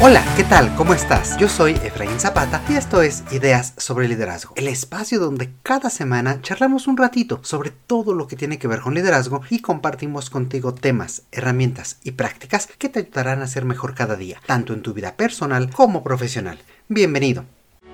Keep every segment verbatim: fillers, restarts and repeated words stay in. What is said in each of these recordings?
Hola, ¿qué tal? ¿Cómo estás? Yo soy Efraín Zapata y esto es Ideas sobre Liderazgo, el espacio donde cada semana charlamos un ratito sobre todo lo que tiene que ver con liderazgo y compartimos contigo temas, herramientas y prácticas que te ayudarán a ser mejor cada día, tanto en tu vida personal como profesional. Bienvenido.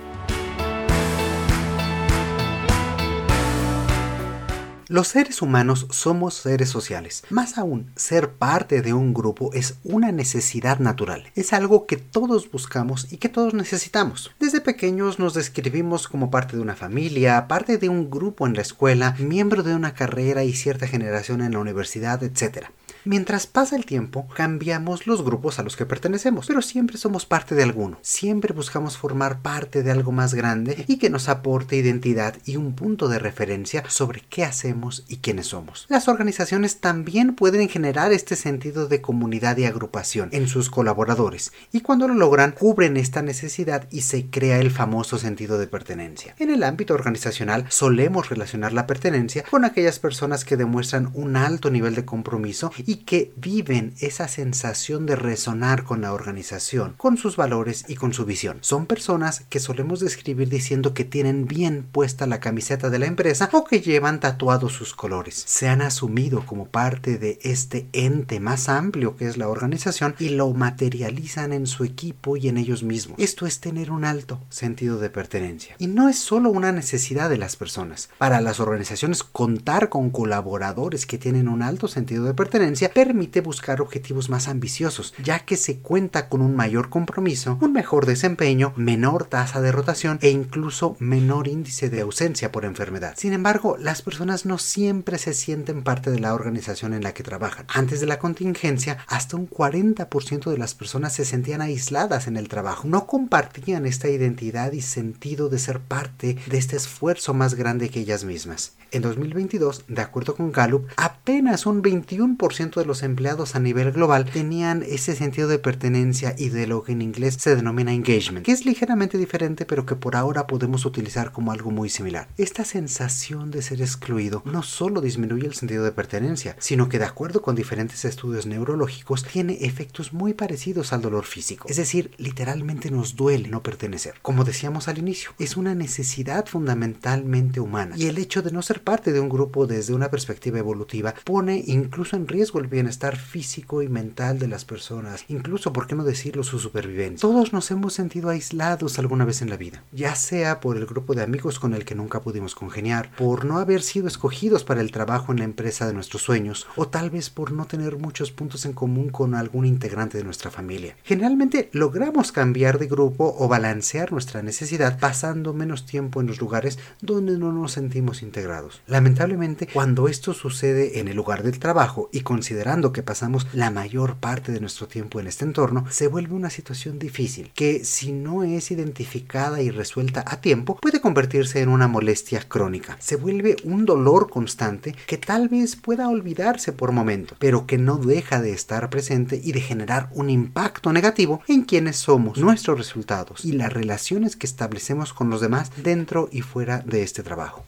Los seres humanos somos seres sociales. Más aún, ser parte de un grupo es una necesidad natural. Es algo que todos buscamos y que todos necesitamos. Desde pequeños nos describimos como parte de una familia, parte de un grupo en la escuela, miembro de una carrera y cierta generación en la universidad, etcétera. Mientras pasa el tiempo, cambiamos los grupos a los que pertenecemos, pero siempre somos parte de alguno. Siempre buscamos formar parte de algo más grande y que nos aporte identidad y un punto de referencia sobre qué hacemos y quiénes somos. Las organizaciones también pueden generar este sentido de comunidad y agrupación en sus colaboradores, y cuando lo logran, cubren esta necesidad y se crea el famoso sentido de pertenencia. En el ámbito organizacional, solemos relacionar la pertenencia con aquellas personas que demuestran un alto nivel de compromiso y que viven esa sensación de resonar con la organización, con sus valores y con su visión. Son personas que solemos describir diciendo que tienen bien puesta la camiseta de la empresa o que llevan tatuados sus colores. Se han asumido como parte de este ente más amplio que es la organización y lo materializan en su equipo y en ellos mismos. Esto es tener un alto sentido de pertenencia. Y no es solo una necesidad de las personas. Para las organizaciones, contar con colaboradores que tienen un alto sentido de pertenencia permite buscar objetivos más ambiciosos, ya que se cuenta con un mayor compromiso, un mejor desempeño, menor tasa de rotación e incluso menor índice de ausencia por enfermedad. Sin embargo, las personas no siempre se sienten parte de la organización en la que trabajan. Antes de la contingencia, hasta un cuarenta por ciento de las personas se sentían aisladas en el trabajo. No compartían esta identidad y sentido de ser parte de este esfuerzo más grande que ellas mismas. En dos mil veintidós, de acuerdo con Gallup, apenas un veintiuno por ciento de los empleados a nivel global tenían ese sentido de pertenencia y de lo que en inglés se denomina engagement, que es ligeramente diferente pero que por ahora podemos utilizar como algo muy similar. Esta sensación de ser excluido no solo disminuye el sentido de pertenencia, sino que de acuerdo con diferentes estudios neurológicos tiene efectos muy parecidos al dolor físico. Es decir, literalmente nos duele no pertenecer. Como decíamos al inicio, es una necesidad fundamentalmente humana y el hecho de no ser parte de un grupo desde una perspectiva evolutiva pone incluso en riesgo el bienestar físico y mental de las personas, incluso, por qué no decirlo, su supervivencia. Todos nos hemos sentido aislados alguna vez en la vida, ya sea por el grupo de amigos con el que nunca pudimos congeniar, por no haber sido escogidos para el trabajo en la empresa de nuestros sueños, o tal vez por no tener muchos puntos en común con algún integrante de nuestra familia. Generalmente logramos cambiar de grupo o balancear nuestra necesidad pasando menos tiempo en los lugares donde no nos sentimos integrados. Lamentablemente, cuando esto sucede en el lugar del trabajo y considerando que pasamos la mayor parte de nuestro tiempo en este entorno, se vuelve una situación difícil que, si no es identificada y resuelta a tiempo, puede convertirse en una molestia crónica. Se vuelve un dolor constante que tal vez pueda olvidarse por momento, pero que no deja de estar presente y de generar un impacto negativo en quienes somos, nuestros resultados y las relaciones que establecemos con los demás dentro y fuera de este trabajo.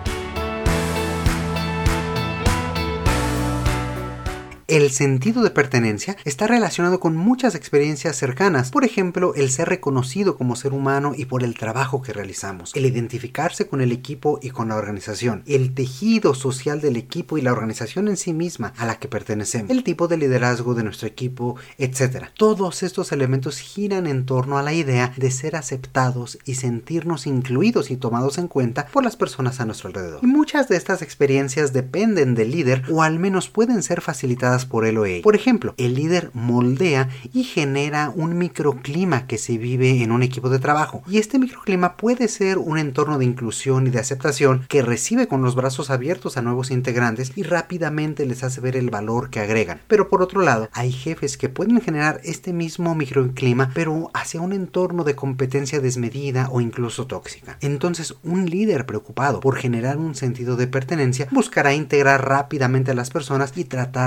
El sentido de pertenencia está relacionado con muchas experiencias cercanas, por ejemplo, el ser reconocido como ser humano y por el trabajo que realizamos, el identificarse con el equipo y con la organización, el tejido social del equipo y la organización en sí misma a la que pertenecemos, el tipo de liderazgo de nuestro equipo, etcétera. Todos estos elementos giran en torno a la idea de ser aceptados y sentirnos incluidos y tomados en cuenta por las personas a nuestro alrededor. Y muchas de estas experiencias dependen del líder o al menos pueden ser facilitadas por él o ella. Por ejemplo, el líder moldea y genera un microclima que se vive en un equipo de trabajo, y este microclima puede ser un entorno de inclusión y de aceptación que recibe con los brazos abiertos a nuevos integrantes y rápidamente les hace ver el valor que agregan. Pero por otro lado, hay jefes que pueden generar este mismo microclima pero hacia un entorno de competencia desmedida o incluso tóxica. Entonces, un líder preocupado por generar un sentido de pertenencia buscará integrar rápidamente a las personas y tratarlas como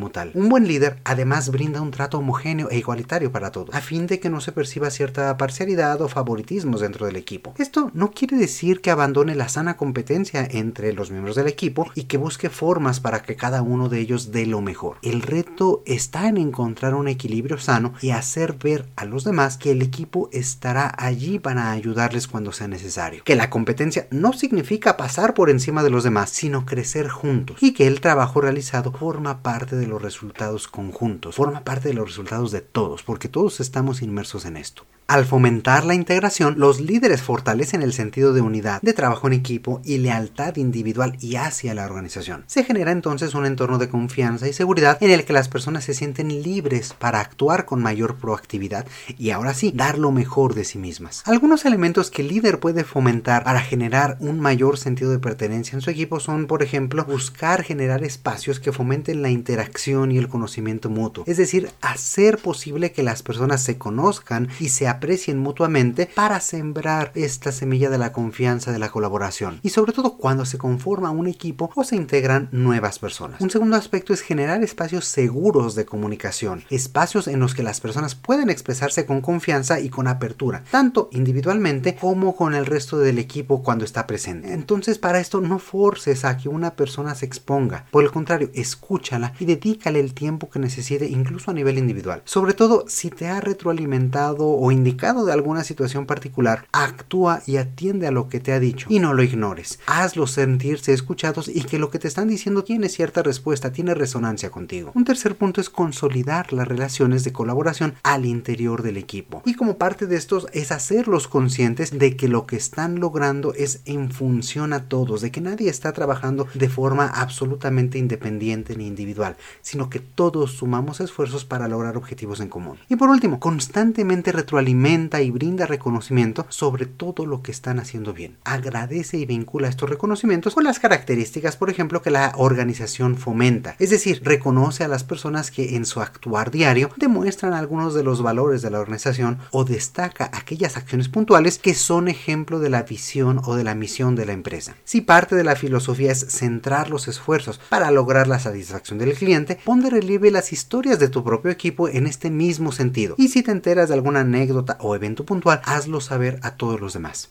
como tal. Un buen líder además brinda un trato homogéneo e igualitario para todos, a fin de que no se perciba cierta parcialidad o favoritismos dentro del equipo. Esto no quiere decir que abandone la sana competencia entre los miembros del equipo y que busque formas para que cada uno de ellos dé lo mejor. El reto está en encontrar un equilibrio sano y hacer ver a los demás que el equipo estará allí para ayudarles cuando sea necesario. Que la competencia no significa pasar por encima de los demás, sino crecer juntos, y que el trabajo realizado forma parte de los resultados conjuntos, forma parte de los resultados de todos, porque todos estamos inmersos en esto. Al fomentar la integración, los líderes fortalecen el sentido de unidad, de trabajo en equipo y lealtad individual y hacia la organización. Se genera entonces un entorno de confianza y seguridad en el que las personas se sienten libres para actuar con mayor proactividad y ahora sí, dar lo mejor de sí mismas. Algunos elementos que el líder puede fomentar para generar un mayor sentido de pertenencia en su equipo son, por ejemplo, buscar generar espacios que fomenten la interacción y el conocimiento mutuo. Es decir, hacer posible que las personas se conozcan y se aprecien mutuamente para sembrar esta semilla de la confianza, de la colaboración, y sobre todo cuando se conforma un equipo o se integran nuevas personas. Un segundo aspecto es generar espacios seguros de comunicación, espacios en los que las personas pueden expresarse con confianza y con apertura, tanto individualmente como con el resto del equipo cuando está presente. Entonces, para esto no forces a que una persona se exponga, por el contrario, escúchala y dedícale el tiempo que necesite, incluso a nivel individual. Sobre todo si te ha retroalimentado o indicado de alguna situación particular, actúa y atiende a lo que te ha dicho y no lo ignores. Hazlos sentirse escuchados y que lo que te están diciendo tiene cierta respuesta, tiene resonancia contigo. Un tercer punto es consolidar las relaciones de colaboración al interior del equipo. Y como parte de estos es hacerlos conscientes de que lo que están logrando es en función a todos, de que nadie está trabajando de forma absolutamente independiente ni individual, sino que todos sumamos esfuerzos para lograr objetivos en común. Y por último, constantemente retroalimenta y brinda reconocimiento sobre todo lo que están haciendo bien. Agradece y vincula estos reconocimientos con las características, por ejemplo, que la organización fomenta. Es decir, reconoce a las personas que en su actuar diario demuestran algunos de los valores de la organización o destaca aquellas acciones puntuales que son ejemplo de la visión o de la misión de la empresa. Si parte de la filosofía es centrar los esfuerzos para lograr la satisfacción del cliente, pon de relieve las historias de tu propio equipo en este mismo sentido. Y si te enteras de alguna anécdota o evento puntual, hazlo saber a todos los demás.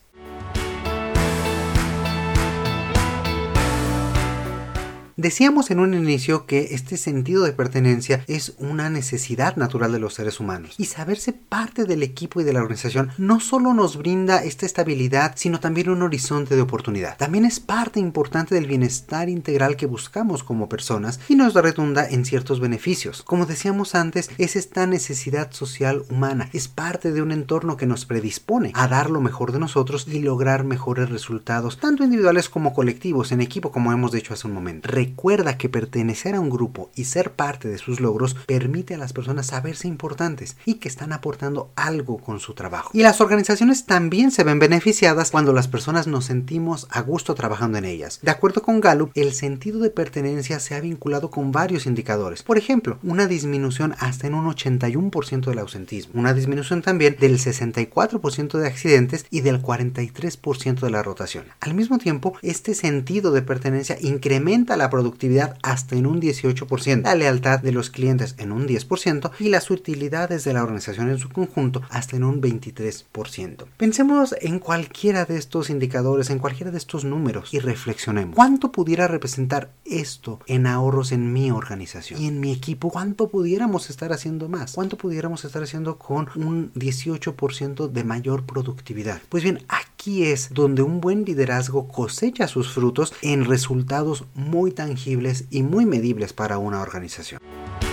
Decíamos en un inicio que este sentido de pertenencia es una necesidad natural de los seres humanos, y saberse parte del equipo y de la organización no solo nos brinda esta estabilidad, sino también un horizonte de oportunidad. También es parte importante del bienestar integral que buscamos como personas y nos redunda en ciertos beneficios. Como decíamos antes, es esta necesidad social humana, es parte de un entorno que nos predispone a dar lo mejor de nosotros y lograr mejores resultados, tanto individuales como colectivos, en equipo, como hemos dicho hace un momento. Recuerda que pertenecer a un grupo y ser parte de sus logros permite a las personas saberse importantes y que están aportando algo con su trabajo. Y las organizaciones también se ven beneficiadas cuando las personas nos sentimos a gusto trabajando en ellas. De acuerdo con Gallup, el sentido de pertenencia se ha vinculado con varios indicadores. Por ejemplo, una disminución hasta en un ochenta y uno por ciento del ausentismo, una disminución también del sesenta y cuatro por ciento de accidentes y del cuarenta y tres por ciento de la rotación. Al mismo tiempo, este sentido de pertenencia incrementa la productividad hasta en un dieciocho por ciento, la lealtad de los clientes en un diez por ciento y las utilidades de la organización en su conjunto hasta en un veintitrés por ciento. Pensemos en cualquiera de estos indicadores, en cualquiera de estos números y reflexionemos. ¿Cuánto pudiera representar esto en ahorros en mi organización y en mi equipo? ¿Cuánto pudiéramos estar haciendo más? ¿Cuánto pudiéramos estar haciendo con un dieciocho por ciento de mayor productividad? Pues bien, aquí es donde un buen liderazgo cosecha sus frutos en resultados muy tangibles y muy medibles para una organización.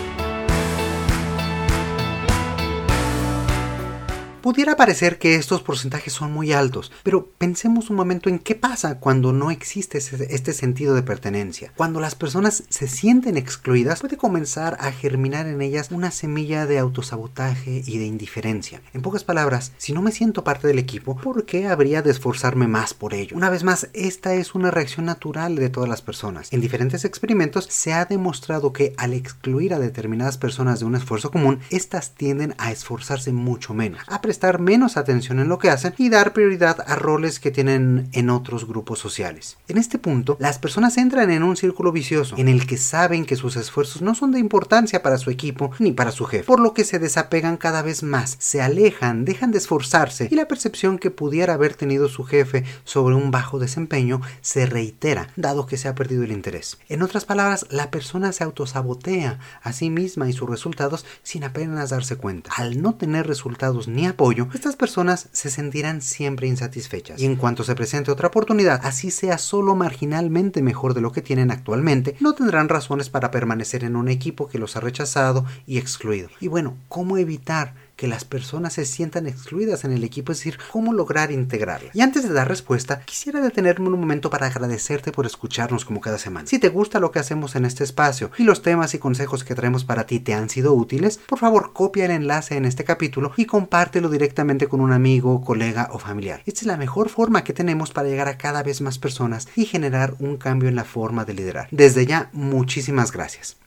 Pudiera parecer que estos porcentajes son muy altos, pero pensemos un momento en qué pasa cuando no existe este sentido de pertenencia. Cuando las personas se sienten excluidas, puede comenzar a germinar en ellas una semilla de autosabotaje y de indiferencia. En pocas palabras, si no me siento parte del equipo, ¿por qué habría de esforzarme más por ello? Una vez más, esta es una reacción natural de todas las personas. En diferentes experimentos se ha demostrado que al excluir a determinadas personas de un esfuerzo común, estas tienden a esforzarse mucho menos, a prestar prestar menos atención en lo que hacen y dar prioridad a roles que tienen en otros grupos sociales. En este punto, las personas entran en un círculo vicioso en el que saben que sus esfuerzos no son de importancia para su equipo ni para su jefe, por lo que se desapegan cada vez más, se alejan, dejan de esforzarse y la percepción que pudiera haber tenido su jefe sobre un bajo desempeño se reitera, dado que se ha perdido el interés. En otras palabras, la persona se autosabotea a sí misma y sus resultados sin apenas darse cuenta. Al no tener resultados ni apoyo, estas personas se sentirán siempre insatisfechas y en cuanto se presente otra oportunidad, así sea solo marginalmente mejor de lo que tienen actualmente, no tendrán razones para permanecer en un equipo que los ha rechazado y excluido. Y bueno, ¿cómo evitar que las personas se sientan excluidas en el equipo? Es decir, ¿cómo lograr integrarlas? Y antes de dar respuesta, quisiera detenerme un momento para agradecerte por escucharnos como cada semana. Si te gusta lo que hacemos en este espacio y los temas y consejos que traemos para ti te han sido útiles, por favor copia el enlace en este capítulo y compártelo directamente con un amigo, colega o familiar. Esta es la mejor forma que tenemos para llegar a cada vez más personas y generar un cambio en la forma de liderar. Desde ya, muchísimas gracias.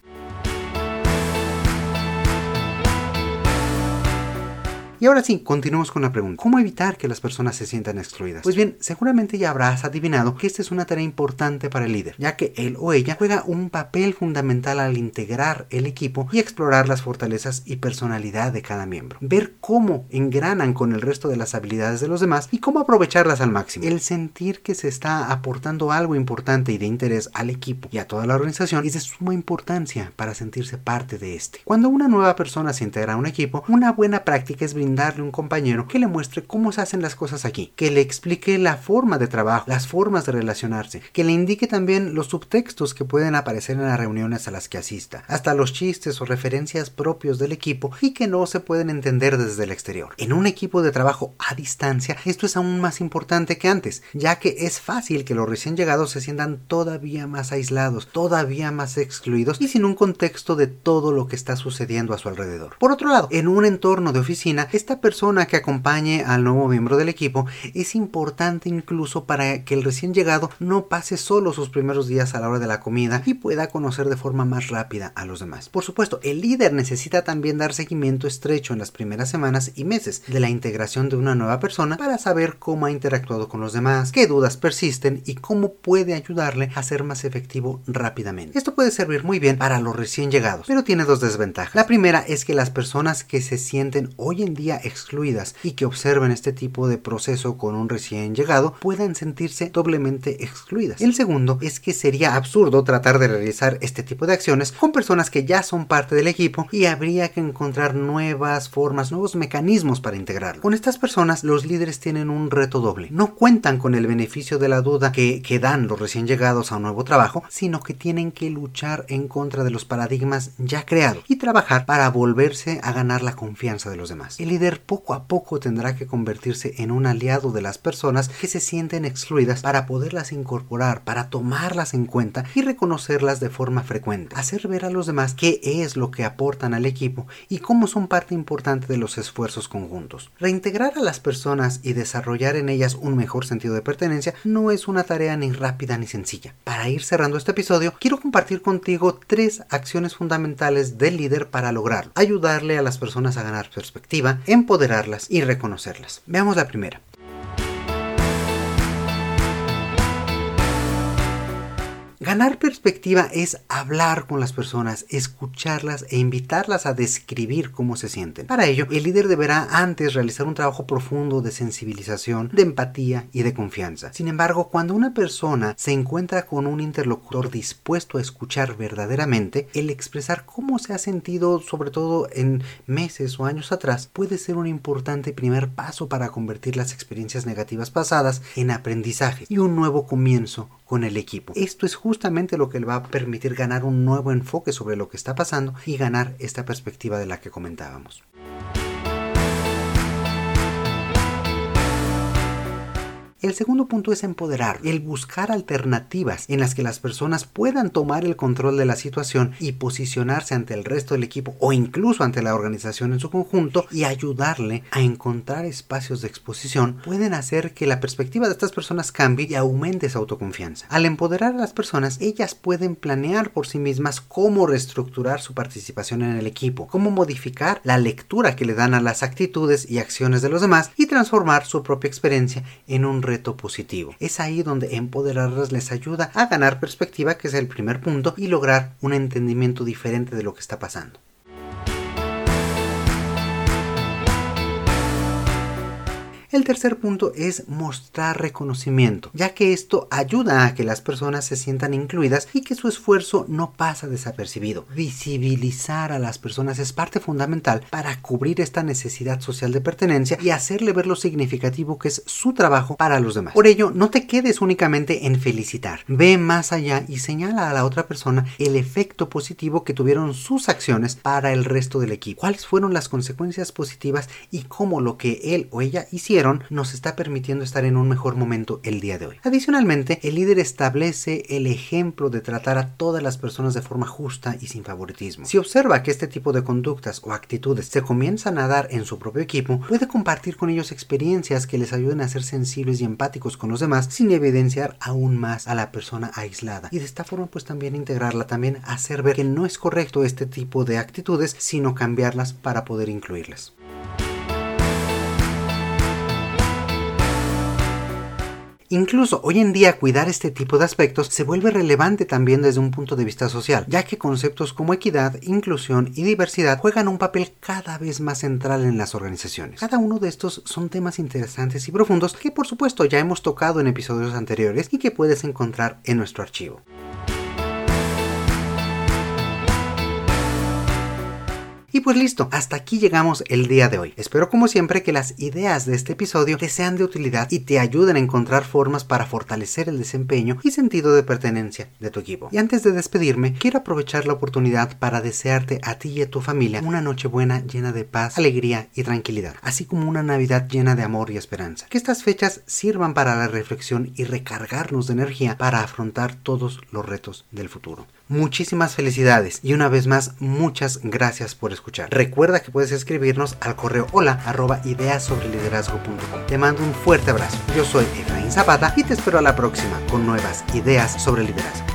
Y ahora sí, continuemos con la pregunta. ¿Cómo evitar que las personas se sientan excluidas? Pues bien, seguramente ya habrás adivinado que esta es una tarea importante para el líder, ya que él o ella juega un papel fundamental al integrar el equipo y explorar las fortalezas y personalidad de cada miembro. Ver cómo engranan con el resto de las habilidades de los demás y cómo aprovecharlas al máximo. El sentir que se está aportando algo importante y de interés al equipo y a toda la organización es de suma importancia para sentirse parte de este. Cuando una nueva persona se integra a un equipo, una buena práctica es brindar darle un compañero que le muestre cómo se hacen las cosas aquí, que le explique la forma de trabajo, las formas de relacionarse, que le indique también los subtextos que pueden aparecer en las reuniones a las que asista, hasta los chistes o referencias propios del equipo y que no se pueden entender desde el exterior. En un equipo de trabajo a distancia, esto es aún más importante que antes, ya que es fácil que los recién llegados se sientan todavía más aislados, todavía más excluidos y sin un contexto de todo lo que está sucediendo a su alrededor. Por otro lado, en un entorno de oficina, esta persona que acompañe al nuevo miembro del equipo es importante incluso para que el recién llegado no pase solo sus primeros días a la hora de la comida y pueda conocer de forma más rápida a los demás. Por supuesto, el líder necesita también dar seguimiento estrecho en las primeras semanas y meses de la integración de una nueva persona para saber cómo ha interactuado con los demás, qué dudas persisten y cómo puede ayudarle a ser más efectivo rápidamente. Esto puede servir muy bien para los recién llegados, pero tiene dos desventajas. La primera es que las personas que se sienten hoy en día excluidas y que observen este tipo de proceso con un recién llegado puedan sentirse doblemente excluidas. El segundo es que sería absurdo tratar de realizar este tipo de acciones con personas que ya son parte del equipo y habría que encontrar nuevas formas, nuevos mecanismos para integrarlo. Con estas personas los líderes tienen un reto doble. No cuentan con el beneficio de la duda que, que dan los recién llegados a un nuevo trabajo, sino que tienen que luchar en contra de los paradigmas ya creados y trabajar para volverse a ganar la confianza de los demás. El líder poco a poco tendrá que convertirse en un aliado de las personas que se sienten excluidas para poderlas incorporar, para tomarlas en cuenta y reconocerlas de forma frecuente, hacer ver a los demás qué es lo que aportan al equipo y cómo son parte importante de los esfuerzos conjuntos. Reintegrar a las personas y desarrollar en ellas un mejor sentido de pertenencia no es una tarea ni rápida ni sencilla. Para ir cerrando este episodio, quiero compartir contigo tres acciones fundamentales del líder para lograrlo, ayudarle a las personas a ganar perspectiva, empoderarlas y reconocerlas. Veamos la primera. Ganar perspectiva es hablar con las personas, escucharlas e invitarlas a describir cómo se sienten. Para ello, el líder deberá antes realizar un trabajo profundo de sensibilización, de empatía y de confianza. Sin embargo, cuando una persona se encuentra con un interlocutor dispuesto a escuchar verdaderamente, el expresar cómo se ha sentido, sobre todo en meses o años atrás, puede ser un importante primer paso para convertir las experiencias negativas pasadas en aprendizaje y un nuevo comienzo con el equipo. Esto es justamente lo que le va a permitir ganar un nuevo enfoque sobre lo que está pasando y ganar esta perspectiva de la que comentábamos. El segundo punto es empoderar, el buscar alternativas en las que las personas puedan tomar el control de la situación y posicionarse ante el resto del equipo o incluso ante la organización en su conjunto y ayudarle a encontrar espacios de exposición, pueden hacer que la perspectiva de estas personas cambie y aumente esa autoconfianza. Al empoderar a las personas, ellas pueden planear por sí mismas cómo reestructurar su participación en el equipo, cómo modificar la lectura que le dan a las actitudes y acciones de los demás y transformar su propia experiencia en un reto positivo. Es ahí donde empoderarlas les ayuda a ganar perspectiva, que es el primer punto, y lograr un entendimiento diferente de lo que está pasando. El tercer punto es mostrar reconocimiento, ya que esto ayuda a que las personas se sientan incluidas y que su esfuerzo no pasa desapercibido. Visibilizar a las personas es parte fundamental para cubrir esta necesidad social de pertenencia y hacerle ver lo significativo que es su trabajo para los demás. Por ello, no te quedes únicamente en felicitar. Ve más allá y señala a la otra persona el efecto positivo que tuvieron sus acciones para el resto del equipo. ¿Cuáles fueron las consecuencias positivas y cómo lo que él o ella hicieron nos está permitiendo estar en un mejor momento el día de hoy? Adicionalmente, el líder establece el ejemplo de tratar a todas las personas de forma justa y sin favoritismo. Si observa que este tipo de conductas o actitudes se comienzan a dar en su propio equipo, puede compartir con ellos experiencias que les ayuden a ser sensibles y empáticos con los demás sin evidenciar aún más a la persona aislada, y de esta forma pues también integrarla, también hacer ver que no es correcto este tipo de actitudes, sino cambiarlas para poder incluirlas. Incluso hoy en día cuidar este tipo de aspectos se vuelve relevante también desde un punto de vista social, ya que conceptos como equidad, inclusión y diversidad juegan un papel cada vez más central en las organizaciones. Cada uno de estos son temas interesantes y profundos que por supuesto ya hemos tocado en episodios anteriores y que puedes encontrar en nuestro archivo. Y pues listo, hasta aquí llegamos el día de hoy. Espero como siempre que las ideas de este episodio te sean de utilidad y te ayuden a encontrar formas para fortalecer el desempeño y sentido de pertenencia de tu equipo. Y antes de despedirme, quiero aprovechar la oportunidad para desearte a ti y a tu familia una Nochebuena llena de paz, alegría y tranquilidad, así como una Navidad llena de amor y esperanza. Que estas fechas sirvan para la reflexión y recargarnos de energía para afrontar todos los retos del futuro. Muchísimas felicidades y una vez más muchas gracias por escuchar. Recuerda que puedes escribirnos al correo hola arroba ideas sobre liderazgo punto com. Te mando un fuerte abrazo. Yo soy Efraín Zapata y te espero a la próxima con nuevas ideas sobre liderazgo.